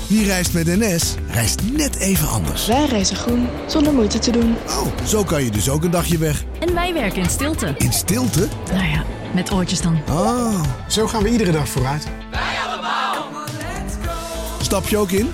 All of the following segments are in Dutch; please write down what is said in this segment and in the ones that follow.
Wie reist met NS, reist net even anders. Wij reizen groen, zonder moeite te doen. Oh, zo kan je dus ook een dagje weg. En wij werken in stilte. In stilte? Nou ja, met oortjes dan. Oh. Zo gaan we iedere dag vooruit. Wij allemaal. Stap je ook in?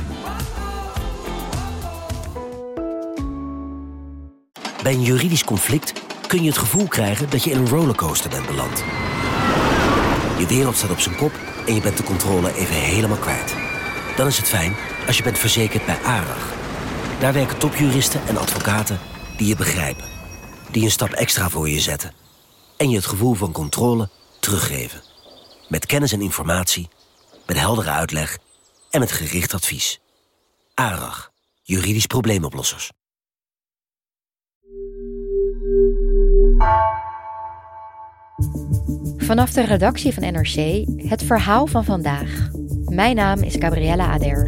Bij een juridisch conflict kun je het gevoel krijgen dat je in een rollercoaster bent beland. Je wereld staat op zijn kop en je bent de controle even helemaal kwijt. Dan is het fijn als je bent verzekerd bij ARAG. Daar werken topjuristen en advocaten die je begrijpen. Die een stap extra voor je zetten. En je het gevoel van controle teruggeven. Met kennis en informatie, met heldere uitleg en met gericht advies. ARAG, juridisch probleemoplossers. Vanaf de redactie van NRC het verhaal van vandaag. Mijn naam is Gabriella Ader.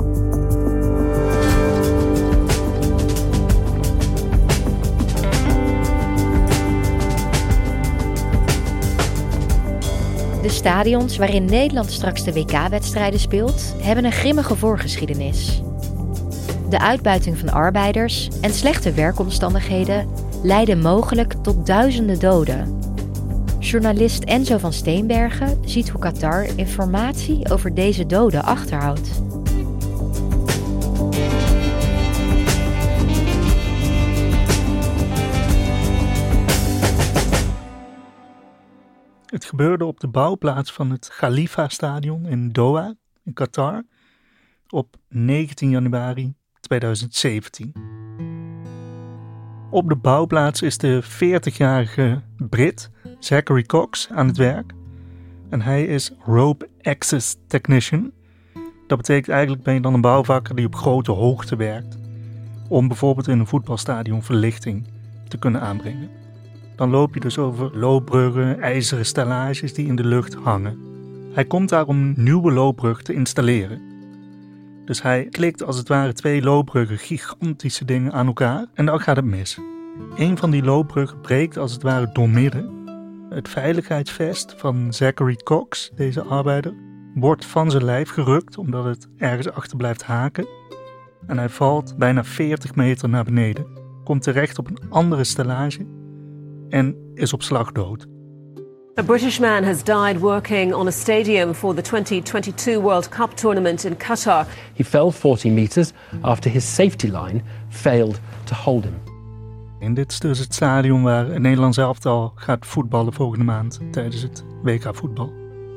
De stadions waarin Nederland straks de WK-wedstrijden speelt, hebben een grimmige voorgeschiedenis. De uitbuiting van arbeiders en slechte werkomstandigheden leiden mogelijk tot duizenden doden. Journalist Enzo van Steenbergen ziet hoe Qatar informatie over deze doden achterhoudt. Het gebeurde op de bouwplaats van het Khalifa-stadion in Doha, in Qatar, op 19 januari 2017. Op de bouwplaats is de 40-jarige Brit Zachary Cox aan het werk. En hij is Rope Access Technician. Dat betekent eigenlijk ben je dan een bouwvakker die op grote hoogte werkt. Om bijvoorbeeld in een voetbalstadion verlichting te kunnen aanbrengen. Dan loop je dus over loopbruggen, ijzeren stellages die in de lucht hangen. Hij komt daar om een nieuwe loopbrug te installeren. Dus hij klikt als het ware 2 loopbruggen, gigantische dingen aan elkaar en dan gaat het mis. Een van die loopbruggen breekt als het ware doormidden. Het veiligheidsvest van Zachary Cox, deze arbeider, wordt van zijn lijf gerukt omdat het ergens achter blijft haken. En hij valt bijna 40 meter naar beneden, komt terecht op een andere stellage en is op slag dood. A British man has died working on a stadium for the 2022 World Cup tournament in Qatar. He fell 40 meters after his safety line failed to hold him. En dit is dus het stadion waar het Nederlands elftal gaat voetballen volgende maand tijdens het WK voetbal.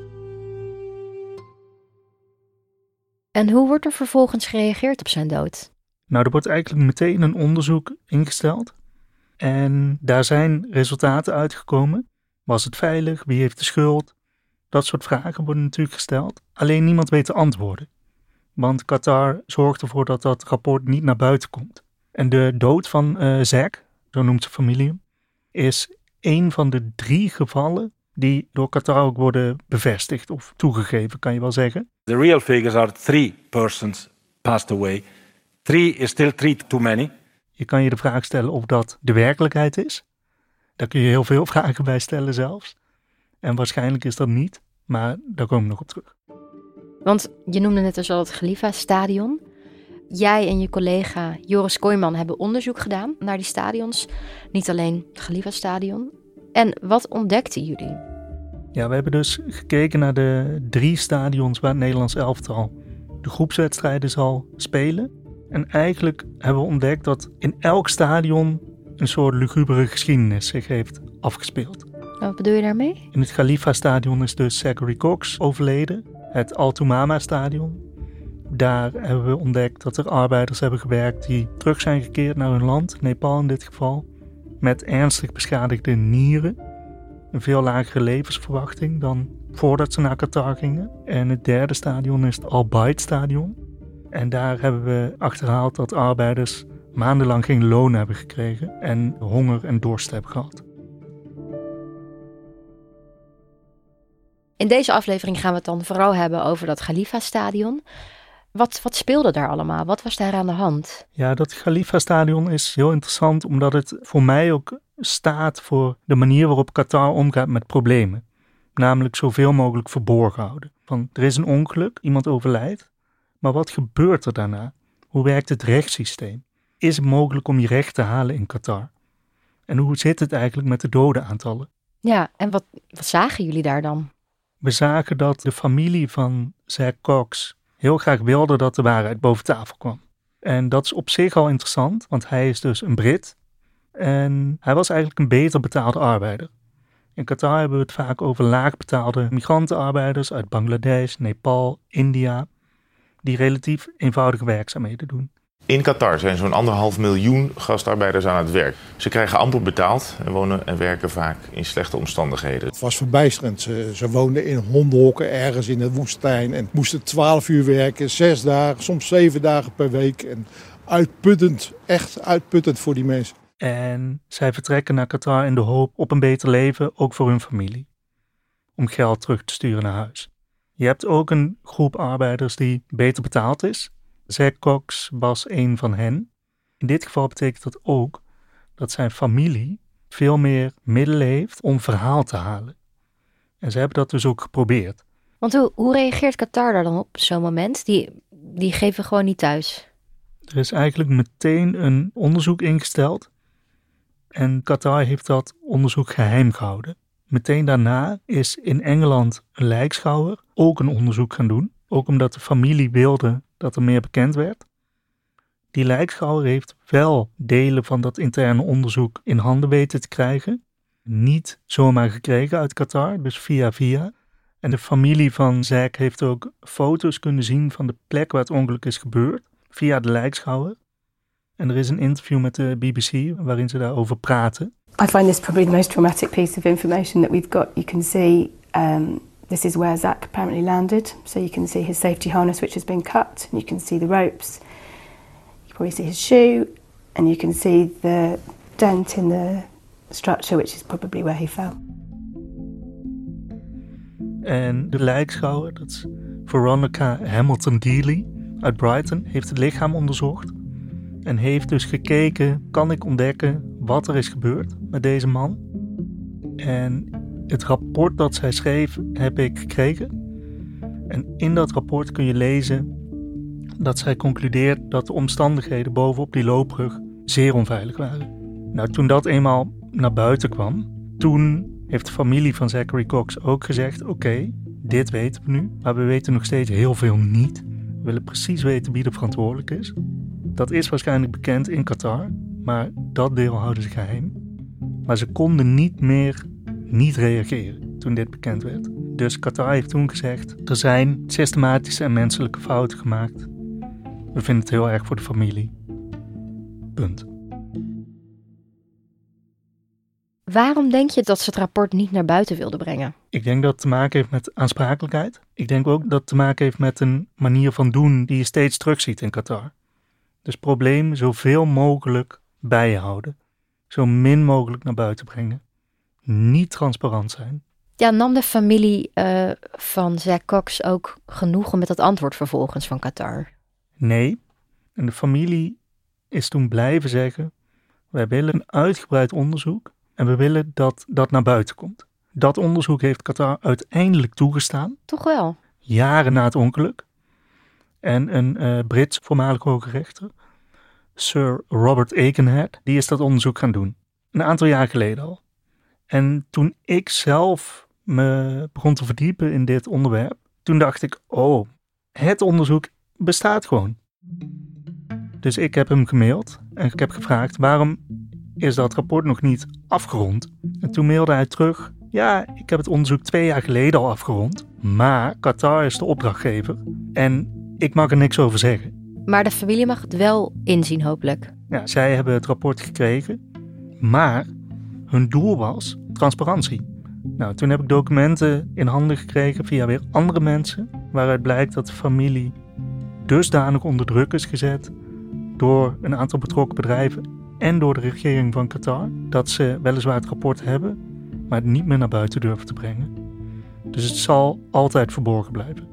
En hoe wordt er vervolgens gereageerd op zijn dood? Nou, er wordt eigenlijk meteen een onderzoek ingesteld. En daar zijn resultaten uitgekomen. Was het veilig? Wie heeft de schuld? Dat soort vragen worden natuurlijk gesteld. Alleen niemand weet de antwoorden. Want Qatar zorgt ervoor dat dat rapport niet naar buiten komt. En de dood van Zach, zo noemt zijn familie hem, is een van de 3 gevallen die door Qatar ook worden bevestigd of toegegeven, kan je wel zeggen. The real figures are 3 persons passed away. 3 is still 3 too many. Je kan je de vraag stellen of dat de werkelijkheid is. Daar kun je heel veel vragen bij stellen zelfs. En waarschijnlijk is dat niet, maar daar komen we nog op terug. Want je noemde net dus al het Khalifa-stadion. Jij en je collega Joris Kooijman hebben onderzoek gedaan naar die stadions. Niet alleen het Khalifa-stadion. En wat ontdekten jullie? Ja, we hebben dus gekeken naar de 3 stadions waar het Nederlands elftal de groepswedstrijden zal spelen. En eigenlijk hebben we ontdekt dat in elk stadion een soort lugubere geschiedenis zich heeft afgespeeld. Wat bedoel je daarmee? In het Khalifa-stadion is dus Zachary Cox overleden. Het Al Thumama-stadion. Daar hebben we ontdekt dat er arbeiders hebben gewerkt die terug zijn gekeerd naar hun land, Nepal in dit geval, met ernstig beschadigde nieren. Een veel lagere levensverwachting dan voordat ze naar Qatar gingen. En het 3e stadion is het Al Bayt-stadion. En daar hebben we achterhaald dat arbeiders maandenlang geen loon hebben gekregen en honger en dorst hebben gehad. In deze aflevering gaan we het dan vooral hebben over dat Khalifa-stadion. Wat speelde daar allemaal? Wat was daar aan de hand? Ja, dat Khalifa-stadion is heel interessant omdat het voor mij ook staat voor de manier waarop Qatar omgaat met problemen. Namelijk zoveel mogelijk verborgen houden. Van, er is een ongeluk, iemand overlijdt. Maar wat gebeurt er daarna? Hoe werkt het rechtssysteem? Is het mogelijk om je recht te halen in Qatar? En hoe zit het eigenlijk met de dodenaantallen? Ja, en wat zagen jullie daar dan? We zagen dat de familie van Zack Cox heel graag wilde dat de waarheid boven tafel kwam. En dat is op zich al interessant, want hij is dus een Brit. En hij was eigenlijk een beter betaalde arbeider. In Qatar hebben we het vaak over laagbetaalde migrantenarbeiders uit Bangladesh, Nepal, India, die relatief eenvoudige werkzaamheden doen. In Qatar zijn zo'n 1,5 miljoen gastarbeiders aan het werk. Ze krijgen amper betaald en wonen en werken vaak in slechte omstandigheden. Het was verbijsterend. Ze woonden in hondenhokken ergens in de woestijn en moesten 12 uur werken, 6 dagen, soms 7 dagen per week. En uitputtend, echt uitputtend voor die mensen. En zij vertrekken naar Qatar in de hoop op een beter leven, ook voor hun familie. Om geld terug te sturen naar huis. Je hebt ook een groep arbeiders die beter betaald is. Zack Cox was een van hen. In dit geval betekent dat ook dat zijn familie veel meer middelen heeft om verhaal te halen. En ze hebben dat dus ook geprobeerd. Want hoe reageert Qatar daar dan op zo'n moment? Die geven gewoon niet thuis. Er is eigenlijk meteen een onderzoek ingesteld. En Qatar heeft dat onderzoek geheim gehouden. Meteen daarna is in Engeland een lijkschouwer ook een onderzoek gaan doen. Ook omdat de familie wilde dat er meer bekend werd. Die lijkschouwer heeft wel delen van dat interne onderzoek in handen weten te krijgen. Niet zomaar gekregen uit Qatar, dus via. En de familie van Zack heeft ook foto's kunnen zien van de plek waar het ongeluk is gebeurd, via de lijkschouwer. En er is een interview met de BBC waarin ze daarover praten. I find this probably the most traumatic piece of information that we've got. You can see this is where Zack apparently landed. So you can see his safety harness which has been cut. And you can see the ropes. You probably see his shoe. And you can see the dent in the structure which is probably where he fell. En de lijkschouwer, dat is Veronica Hamilton-Dealey uit Brighton, heeft het lichaam onderzocht. En heeft dus gekeken, kan ik ontdekken wat er is gebeurd met deze man? En het rapport dat zij schreef, heb ik gekregen. En in dat rapport kun je lezen dat zij concludeert dat de omstandigheden bovenop die loopbrug zeer onveilig waren. Nou, toen dat eenmaal naar buiten kwam, toen heeft de familie van Zachary Cox ook gezegd, oké, dit weten we nu, maar we weten nog steeds heel veel niet. We willen precies weten wie er verantwoordelijk is. Dat is waarschijnlijk bekend in Qatar, maar dat deel houden ze geheim. Maar ze konden niet meer niet reageren toen dit bekend werd. Dus Qatar heeft toen gezegd, er zijn systematische en menselijke fouten gemaakt. We vinden het heel erg voor de familie. Punt. Waarom denk je dat ze het rapport niet naar buiten wilden brengen? Ik denk dat het te maken heeft met aansprakelijkheid. Ik denk ook dat het te maken heeft met een manier van doen die je steeds terugziet in Qatar. Dus problemen zoveel mogelijk bijhouden. Zo min mogelijk naar buiten brengen. Niet transparant zijn. Ja, nam de familie van Zack Cox ook genoegen met dat antwoord vervolgens van Qatar? Nee. En de familie is toen blijven zeggen, wij willen een uitgebreid onderzoek en we willen dat dat naar buiten komt. Dat onderzoek heeft Qatar uiteindelijk toegestaan. Toch wel? Jaren na het ongeluk. En een Brits voormalig hoge rechter, Sir Robert Aikenhead, die is dat onderzoek gaan doen. Een aantal jaar geleden al. En toen ik zelf me begon te verdiepen in dit onderwerp, toen dacht ik, oh, het onderzoek bestaat gewoon. Dus ik heb hem gemaild en ik heb gevraagd, waarom is dat rapport nog niet afgerond? En toen mailde hij terug, ja, ik heb het onderzoek 2 jaar geleden al afgerond, maar Qatar is de opdrachtgever en ik mag er niks over zeggen. Maar de familie mag het wel inzien, hopelijk. Ja, zij hebben het rapport gekregen, maar hun doel was transparantie. Nou, toen heb ik documenten in handen gekregen via weer andere mensen, waaruit blijkt dat de familie dusdanig onder druk is gezet door een aantal betrokken bedrijven en door de regering van Qatar, dat ze weliswaar het rapport hebben, maar het niet meer naar buiten durven te brengen. Dus het zal altijd verborgen blijven.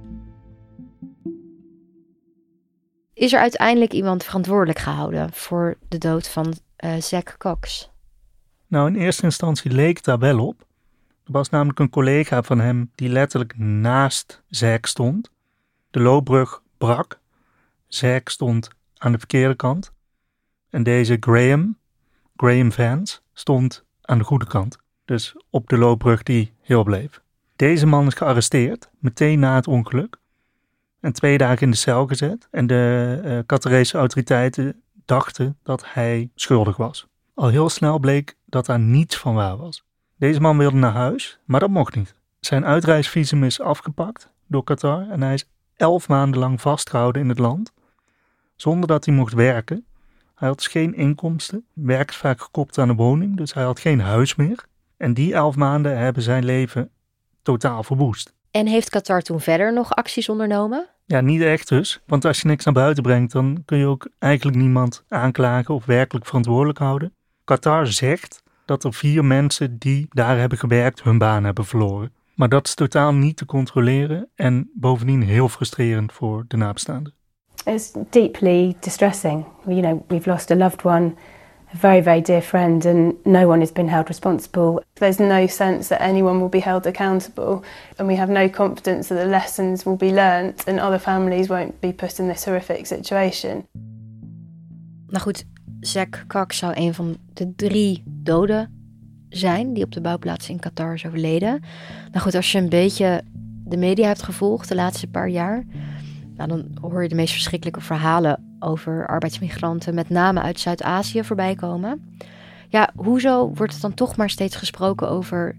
Is er uiteindelijk iemand verantwoordelijk gehouden voor de dood van Zack Cox? Nou, in eerste instantie leek het daar wel op. Er was namelijk een collega van hem die letterlijk naast Zack stond. De loopbrug brak. Zack stond aan de verkeerde kant. En deze Graham Vance, stond aan de goede kant. Dus op de loopbrug die heel bleef. Deze man is gearresteerd, meteen na het ongeluk. En 2 dagen in de cel gezet. En de Qatarese autoriteiten dachten dat hij schuldig was. Al heel snel bleek dat daar niets van waar was. Deze man wilde naar huis, maar dat mocht niet. Zijn uitreisvisum is afgepakt door Qatar en hij is 11 maanden lang vastgehouden in het land, zonder dat hij mocht werken. Hij had dus geen inkomsten, werk is vaak gekoppeld aan een woning, dus hij had geen huis meer. En die 11 maanden hebben zijn leven totaal verwoest. En heeft Qatar toen verder nog acties ondernomen? Ja, niet echt dus, want als je niks naar buiten brengt, dan kun je ook eigenlijk niemand aanklagen of werkelijk verantwoordelijk houden. Qatar zegt dat er 4 mensen die daar hebben gewerkt hun baan hebben verloren. Maar dat is totaal niet te controleren en bovendien heel frustrerend voor de nabestaanden. It's deeply distressing. You know, we've lost a loved one, a very, very dear friend, and no one has been held responsible. There's no sense that anyone will be held accountable, and we have no confidence that the lessons will be learnt and other families won't be put in this horrific situation. Nou goed, Zack Cox zou een van de 3 doden zijn die op de bouwplaats in Qatar is overleden. Nou goed, als je een beetje de media hebt gevolgd de laatste paar jaar, nou, dan hoor je de meest verschrikkelijke verhalen over arbeidsmigranten, met name uit Zuid-Azië, voorbij komen. Ja, hoezo wordt het dan toch maar steeds gesproken over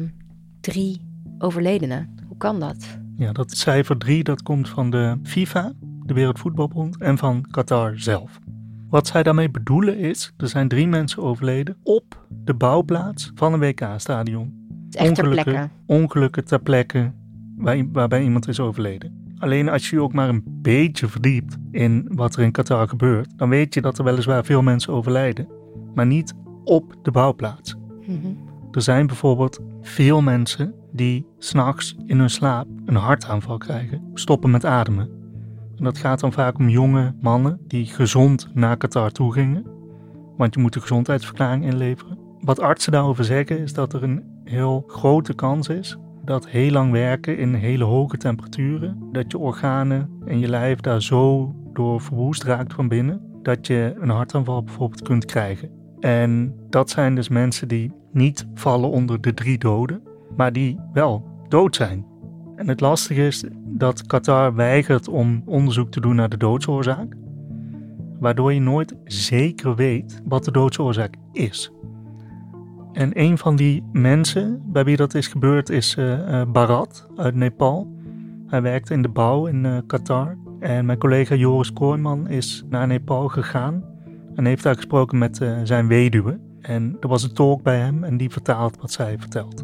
3 overledenen? Hoe kan dat? Ja, dat cijfer 3, dat komt van de FIFA, de Wereldvoetbalbond, en van Qatar zelf. Wat zij daarmee bedoelen is, er zijn 3 mensen overleden op de bouwplaats van een WK-stadion. Ongelukken ter plekke waarbij iemand is overleden. Alleen als je je ook maar een beetje verdiept in wat er in Qatar gebeurt, dan weet je dat er weliswaar veel mensen overlijden, maar niet op de bouwplaats. Mm-hmm. Er zijn bijvoorbeeld veel mensen die 's nachts in hun slaap een hartaanval krijgen, stoppen met ademen. En dat gaat dan vaak om jonge mannen die gezond naar Qatar toe gingen, want je moet een gezondheidsverklaring inleveren. Wat artsen daarover zeggen is dat er een heel grote kans is dat heel lang werken in hele hoge temperaturen, dat je organen en je lijf daar zo door verwoest raakt van binnen, dat je een hartaanval bijvoorbeeld kunt krijgen. En dat zijn dus mensen die niet vallen onder de 3 doden, maar die wel dood zijn. En het lastige is dat Qatar weigert om onderzoek te doen naar de doodsoorzaak, waardoor je nooit zeker weet wat de doodsoorzaak is. En een van die mensen bij wie dat is gebeurd is Bharat uit Nepal. Hij werkte in de bouw in Qatar. En mijn collega Joris Kooijman is naar Nepal gegaan en heeft daar gesproken met zijn weduwe. En er was een tolk bij hem en die vertaalt wat zij vertelt.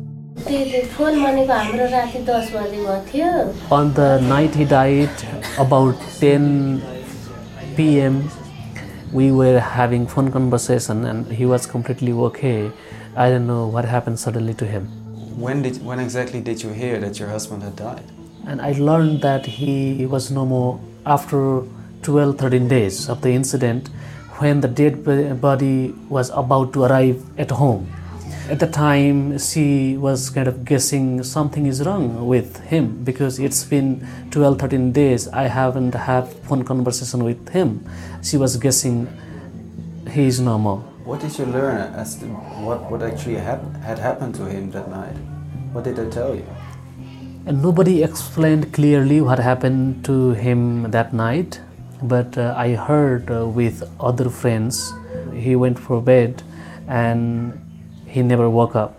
On the night he died, about 10 p.m., we were having phone conversation and he was completely okay. I don't know what happened suddenly to him. When exactly did you hear that your husband had died? And I learned that he was no more after 12-13 days of the incident, when the dead body was about to arrive at home. At the time, she was kind of guessing something is wrong with him because it's been 12-13 days. I haven't had phone conversation with him. She was guessing he is no more. What did you learn as to what actually had happened to him that night? What did they tell you? And nobody explained clearly what happened to him that night, but I heard with other friends. He went for bed and he never woke up.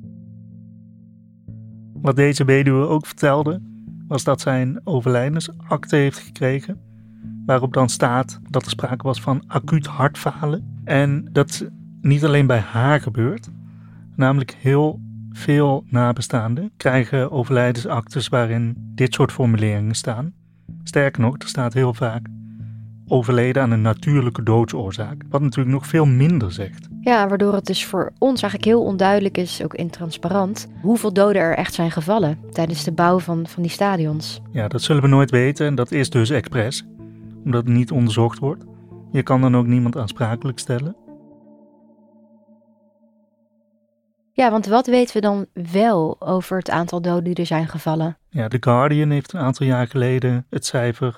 Wat deze weduwe ook vertelde, was dat zij een overlijdensakte heeft gekregen, waarop dan staat dat er sprake was van acuut hartfalen. En dat niet alleen bij haar gebeurt, namelijk heel veel nabestaanden krijgen overlijdensaktes waarin dit soort formuleringen staan. Sterker nog, er staat heel vaak overleden aan een natuurlijke doodsoorzaak, wat natuurlijk nog veel minder zegt. Ja, waardoor het dus voor ons eigenlijk heel onduidelijk is, ook intransparant, hoeveel doden er echt zijn gevallen tijdens de bouw van die stadions. Ja, dat zullen we nooit weten en dat is dus expres, omdat het niet onderzocht wordt. Je kan dan ook niemand aansprakelijk stellen. Ja, want wat weten we dan wel over het aantal doden die er zijn gevallen? Ja, The Guardian heeft een aantal jaar geleden het cijfer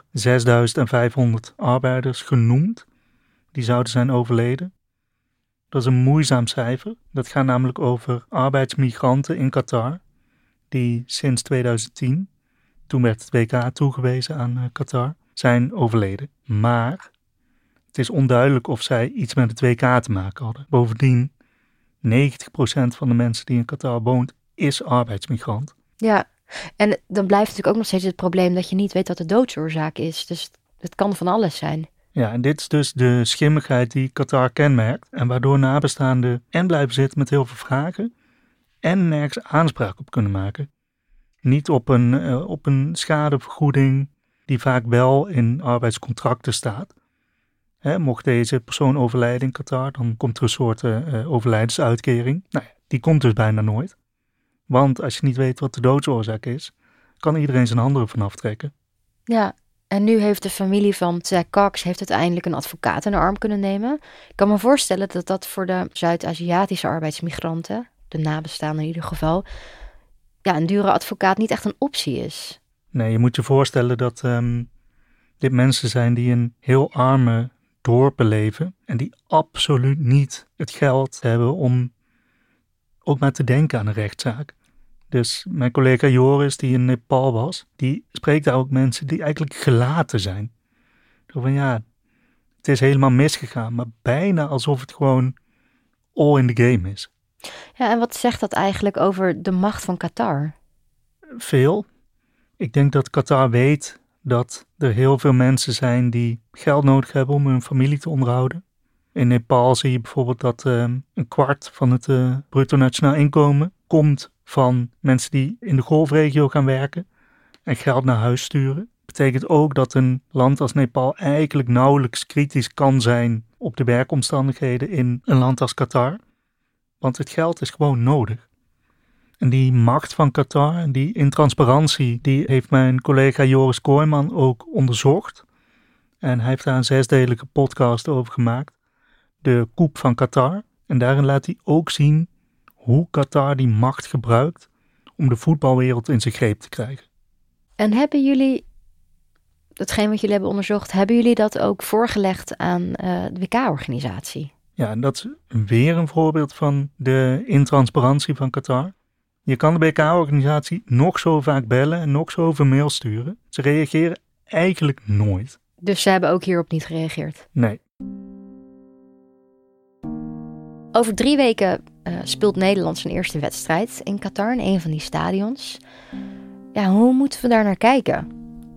6500 arbeiders genoemd. Die zouden zijn overleden. Dat is een moeizaam cijfer. Dat gaat namelijk over arbeidsmigranten in Qatar. Die sinds 2010, toen werd het WK toegewezen aan Qatar, zijn overleden. Maar het is onduidelijk of zij iets met het WK te maken hadden. Bovendien, 90% van de mensen die in Qatar woont, is arbeidsmigrant. Ja, en dan blijft natuurlijk ook nog steeds het probleem dat je niet weet wat de doodsoorzaak is. Dus het kan van alles zijn. Ja, en dit is dus de schimmigheid die Qatar kenmerkt. En waardoor nabestaanden en blijven zitten met heel veel vragen en nergens aanspraak op kunnen maken. Niet op een schadevergoeding die vaak wel in arbeidscontracten staat. Mocht deze persoon overlijden in Qatar, dan komt er een soort overlijdensuitkering. Nou ja, die komt dus bijna nooit. Want als je niet weet wat de doodsoorzaak is, kan iedereen zijn handen ervan aftrekken. Ja, en nu heeft de familie van Zack Cox uiteindelijk een advocaat in de arm kunnen nemen. Ik kan me voorstellen dat dat voor de Zuid-Aziatische arbeidsmigranten, de nabestaanden in ieder geval, ja, een dure advocaat niet echt een optie is. Nee, je moet je voorstellen dat dit mensen zijn die in heel arme dorpen leven en die absoluut niet het geld hebben om ook maar te denken aan een rechtszaak. Dus mijn collega Joris, die in Nepal was, die spreekt daar ook mensen die eigenlijk gelaten zijn. Zo van ja, het is helemaal misgegaan, maar bijna alsof het gewoon all in the game is. Ja, en wat zegt dat eigenlijk over de macht van Qatar? Veel. Ik denk dat Qatar weet dat er heel veel mensen zijn die geld nodig hebben om hun familie te onderhouden. In Nepal zie je bijvoorbeeld dat een kwart van het bruto nationaal inkomen komt van mensen die in de golfregio gaan werken en geld naar huis sturen. Betekent ook dat een land als Nepal eigenlijk nauwelijks kritisch kan zijn op de werkomstandigheden in een land als Qatar. Want het geld is gewoon nodig. En die macht van Qatar en die intransparantie, die heeft mijn collega Joris Kooijman ook onderzocht. En hij heeft daar een 6-delige podcast over gemaakt. De coup van Qatar. En daarin laat hij ook zien hoe Qatar die macht gebruikt om de voetbalwereld in zijn greep te krijgen. En hebben jullie, hetgeen wat jullie hebben onderzocht, hebben jullie dat ook voorgelegd aan de WK-organisatie? Ja, en dat is weer een voorbeeld van de intransparantie van Qatar. Je kan de WK-organisatie nog zo vaak bellen en nog zo veel mail sturen. Ze reageren eigenlijk nooit. Dus ze hebben ook hierop niet gereageerd? Nee. Over 3 weken speelt Nederland zijn eerste wedstrijd in Qatar, in een van die stadions. Ja, hoe moeten we daar naar kijken?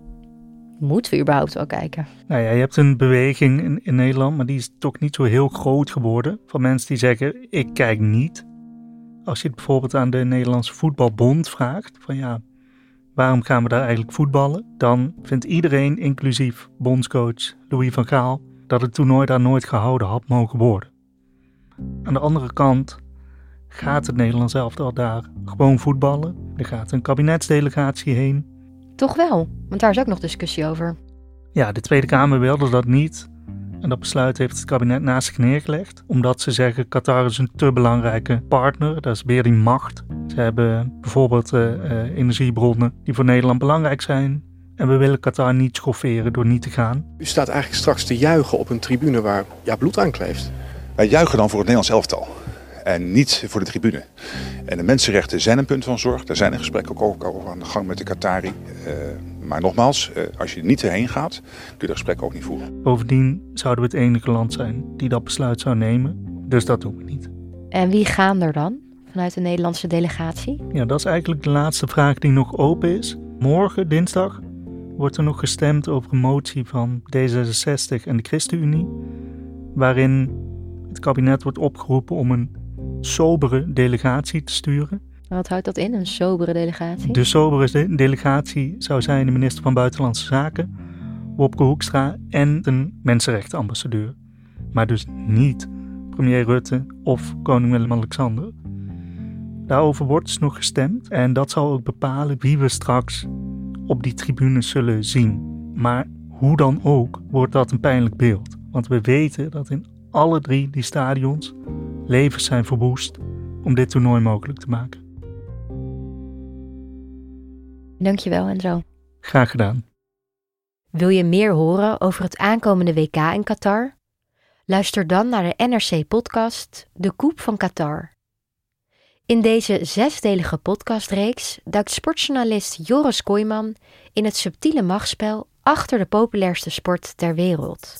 Moeten we überhaupt wel kijken? Nou ja, je hebt een beweging in Nederland, maar die is toch niet zo heel groot geworden. Van mensen die zeggen, ik kijk niet. Als je het bijvoorbeeld aan de Nederlandse Voetbalbond vraagt, van ja, waarom gaan we daar eigenlijk voetballen? Dan vindt iedereen, inclusief bondscoach Louis van Gaal, dat het toernooi daar nooit gehouden had mogen worden. Aan de andere kant gaat het Nederlands elftal daar gewoon voetballen. Er gaat een kabinetsdelegatie heen. Toch wel, want daar is ook nog discussie over. Ja, de Tweede Kamer wilde dat niet. En dat besluit heeft het kabinet naast zich neergelegd. Omdat ze zeggen, Qatar is een te belangrijke partner. Dat is weer die macht. Ze hebben bijvoorbeeld energiebronnen die voor Nederland belangrijk zijn. En we willen Qatar niet schofferen door niet te gaan. U staat eigenlijk straks te juichen op een tribune waar bloed aan kleeft. Wij juichen dan voor het Nederlands elftal. En niet voor de tribune. En de mensenrechten zijn een punt van zorg. Daar zijn er gesprekken ook over aan de gang met de Qatari. Maar nogmaals, als je niet erheen gaat, kun je dat gesprek ook niet voeren. Bovendien zouden we het enige land zijn die dat besluit zou nemen. Dus dat doen we niet. En wie gaan er dan vanuit de Nederlandse delegatie? Ja, dat is eigenlijk de laatste vraag die nog open is. Morgen, dinsdag, wordt er nog gestemd over een motie van D66 en de ChristenUnie. Waarin het kabinet wordt opgeroepen om een sobere delegatie te sturen. Wat houdt dat in, een sobere delegatie? De sobere delegatie zou zijn de minister van Buitenlandse Zaken, Wopke Hoekstra en een mensenrechtenambassadeur. Maar dus niet premier Rutte of koning Willem-Alexander. Daarover wordt dus nog gestemd en dat zal ook bepalen wie we straks op die tribunes zullen zien. Maar hoe dan ook wordt dat een pijnlijk beeld. Want we weten dat in alle 3 die stadions levens zijn verwoest, om dit toernooi mogelijk te maken. Dankjewel, Enzo. Graag gedaan. Wil je meer horen over het aankomende WK in Qatar? Luister dan naar de NRC-podcast De Coupe van Qatar. In deze 6-delige podcastreeks duikt sportjournalist Joris Kooijman in het subtiele machtsspel achter de populairste sport ter wereld.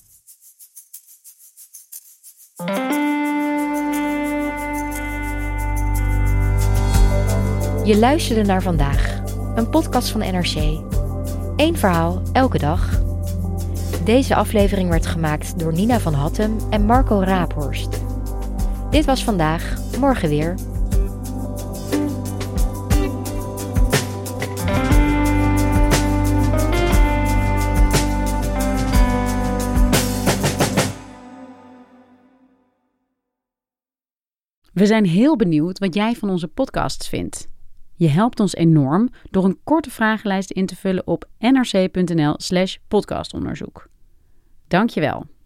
Je luisterde naar Vandaag, een podcast van NRC. 1 verhaal, elke dag. Deze aflevering werd gemaakt door Nina van Hattem en Marco Raaphorst. Dit was Vandaag, morgen weer. We zijn heel benieuwd wat jij van onze podcasts vindt. Je helpt ons enorm door een korte vragenlijst in te vullen op nrc.nl/podcastonderzoek. Dank je wel.